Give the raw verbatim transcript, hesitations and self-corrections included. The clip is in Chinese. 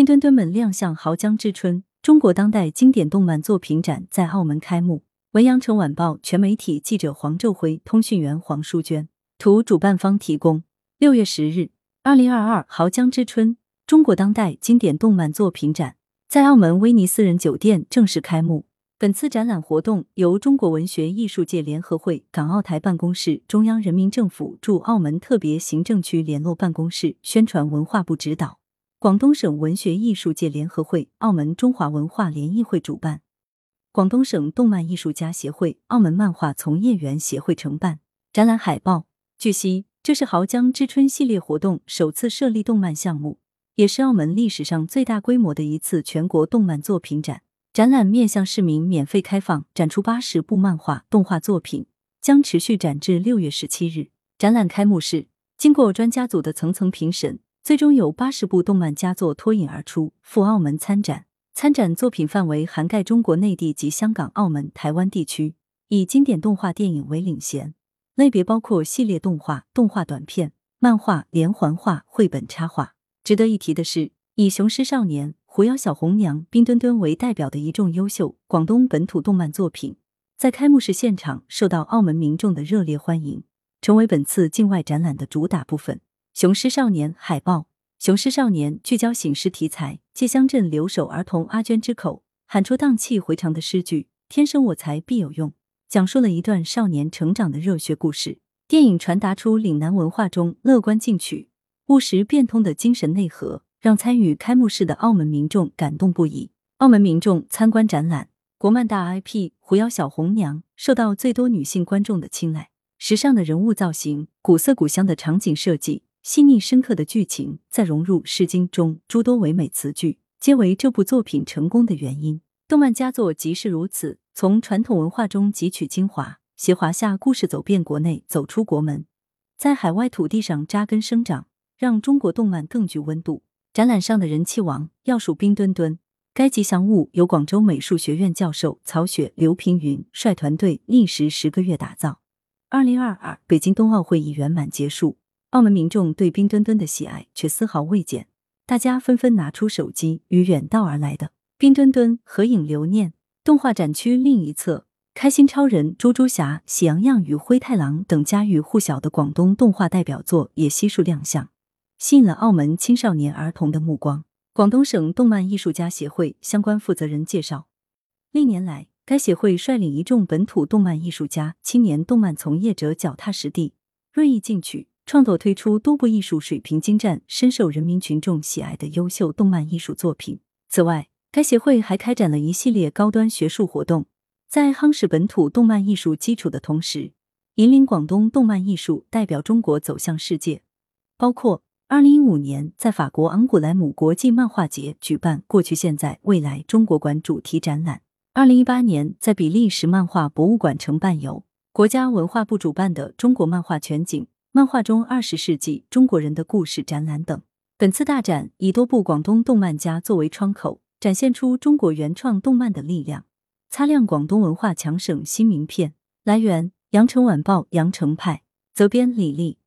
冰墩墩们亮相濠江之春，中国当代经典动漫作品展在澳门开幕。文阳城晚报全媒体记者黄昼辉，通讯员黄淑娟，图主办方提供。六月十日，二零二二濠江之春中国当代经典动漫作品展在澳门威尼斯人酒店正式开幕。本次展览活动由中国文学艺术界联合会港澳台办公室、中央人民政府驻澳门特别行政区联络办公室、宣传文化部指导，广东省文学艺术界联合会、澳门中华文化联谊会主办，广东省动漫艺术家协会、澳门漫画从业员协会承办。展览海报。据悉，这是濠江之春系列活动首次设立动漫项目，也是澳门历史上最大规模的一次全国动漫作品展。展览面向市民免费开放，展出八十部漫画、动画作品，将持续展至六月十七日。展览开幕式，经过专家组的层层评审，最终有八十部动漫佳作脱颖而出，赴澳门参展。参展作品范围涵盖中国内地及香港、澳门、台湾地区，以经典动画电影为领衔，类别包括系列动画、动画短片、漫画、连环画、绘本插画。值得一提的是，以雄狮少年、狐妖小红娘、冰墩墩为代表的一众优秀广东本土动漫作品，在开幕式现场受到澳门民众的热烈欢迎，成为本次境外展览的主打部分。雄狮少年海报。雄狮少年聚焦醒狮题材，借乡镇留守儿童阿娟之口喊出荡气回肠的诗句“天生我材必有用”，讲述了一段少年成长的热血故事。电影传达出岭南文化中乐观进取、务实变通的精神内核，让参与开幕式的澳门民众感动不已。澳门民众参观展览，国漫大 I P 狐妖小红娘受到最多女性观众的青睐，时尚的人物造型、古色古香的场景设计、细腻深刻的剧情，再融入《诗经》中诸多唯美词句，皆为这部作品成功的原因。动漫佳作即是如此，从传统文化中汲取精华，携华夏故事走遍国内，走出国门，在海外土地上扎根生长，让中国动漫更具温度。展览上的人气王要数冰墩墩，该吉祥物由广州美术学院教授曹雪、刘平云率团队历时十个月打造。二零二二北京冬奥会已圆满结束，澳门民众对冰墩墩的喜爱却丝毫未减，大家纷纷拿出手机与远道而来的冰墩墩合影留念。动画展区另一侧，开心超人、猪猪侠、喜羊羊与灰太狼等家喻户晓的广东动画代表作也悉数亮相，吸引了澳门青少年儿童的目光。广东省动漫艺术家协会相关负责人介绍，历年来，该协会率领一众本土动漫艺术家、青年动漫从业者脚踏实地、锐意进取，创作推出多部艺术水平精湛、深受人民群众喜爱的优秀动漫艺术作品。此外，该协会还开展了一系列高端学术活动，在夯实本土动漫艺术基础的同时，引领广东动漫艺术代表中国走向世界。包括二零一五年在法国昂古莱姆国际漫画节举办过去现在未来中国馆主题展览，二零一八年在比利时漫画博物馆承办由国家文化部主办的中国漫画全景漫画中二十世纪中国人的故事展览等。本次大展以多部广东动漫家作为窗口，展现出中国原创动漫的力量，擦亮广东文化强省新名片。来源：羊城晚报羊城派，责编李丽。